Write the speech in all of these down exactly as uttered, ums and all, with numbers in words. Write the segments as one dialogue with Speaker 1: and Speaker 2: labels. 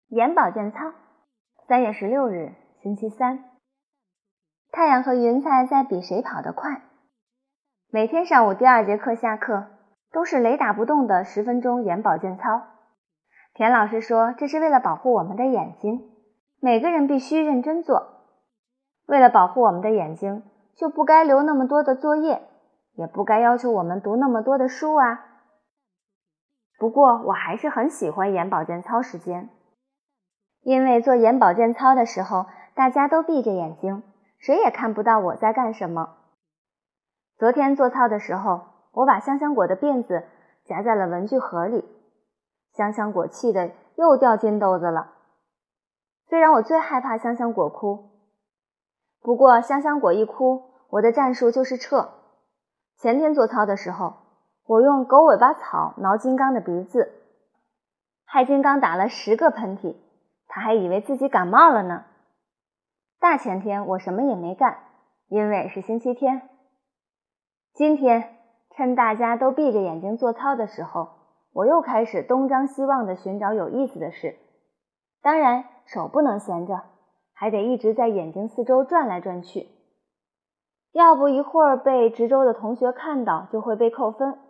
Speaker 1: 眼保健操，三月十六日，星期三。太阳和云彩在比谁跑得快。每天上午第二节课下课，都是雷打不动的十分钟眼保健操。田老师说，这是为了保护我们的眼睛，每个人必须认真做。为了保护我们的眼睛，就不该留那么多的作业，也不该要求我们读那么多的书啊。不过我还是很喜欢眼保健操时间，因为做眼保健操的时候，大家都闭着眼睛，谁也看不到我在干什么。昨天做操的时候，我把香香果的辫子夹在了文具盒里，香香果气得又掉金兜子了。虽然我最害怕香香果哭，不过香香果一哭，我的战术就是撤。前天做操的时候，我用狗尾巴草挠金刚的鼻子，害金刚打了十个喷嚏，他还以为自己感冒了呢。大前天我什么也没干，因为是星期天。今天趁大家都闭着眼睛做操的时候，我又开始东张西望地寻找有意思的事。当然手不能闲着，还得一直在眼睛四周转来转去，要不一会儿被值周的同学看到就会被扣分。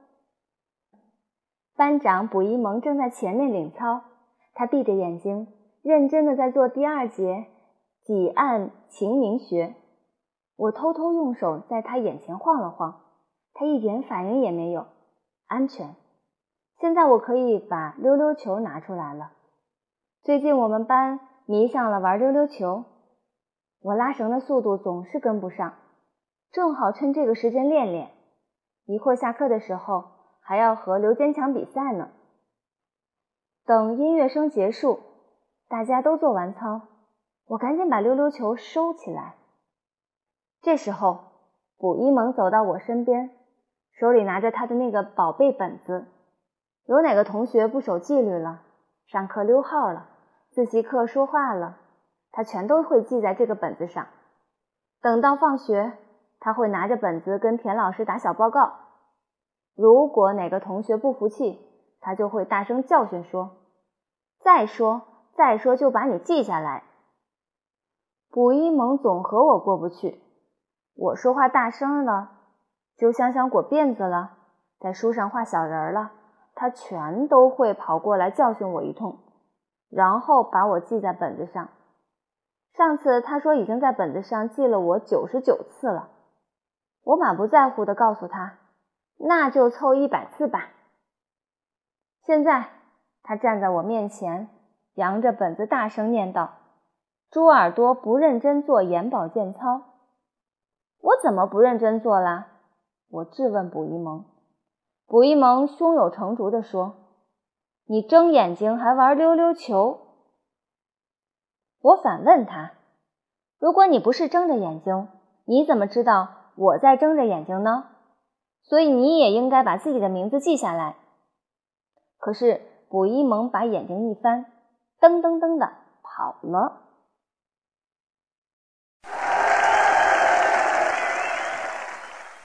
Speaker 1: 班长卜一萌正在前面领操，他闭着眼睛认真地在做第二节几按晴明穴。我偷偷用手在他眼前晃了晃，他一点反应也没有，安全。现在我可以把溜溜球拿出来了。最近我们班迷上了玩溜溜球，我拉绳的速度总是跟不上，正好趁这个时间练练，一会儿下课的时候还要和刘坚强比赛呢。等音乐声结束，大家都做完操，我赶紧把溜溜球收起来。这时候卜一萌走到我身边，手里拿着他的那个宝贝本子，有哪个同学不守纪律了，上课溜号了，自习课说话了，他全都会记在这个本子上。等到放学，他会拿着本子跟田老师打小报告。如果哪个同学不服气，他就会大声教训说，再说再说就把你记下来。卜一萌总和我过不去，我说话大声了，揪香香果辫子了，在书上画小人了，他全都会跑过来教训我一通，然后把我记在本子上。上次他说已经在本子上记了我九十九次了，我满不在乎地告诉他，那就凑一百次吧。现在他站在我面前，扬着本子大声念道，猪耳朵不认真做眼保健操。我怎么不认真做啦？我质问卜一萌。卜一萌胸有成竹地说，你睁眼睛还玩溜溜球。我反问他，如果你不是睁着眼睛，你怎么知道我在睁着眼睛呢？所以你也应该把自己的名字记下来。可是卜一萌把眼睛一翻，噔噔噔的跑了。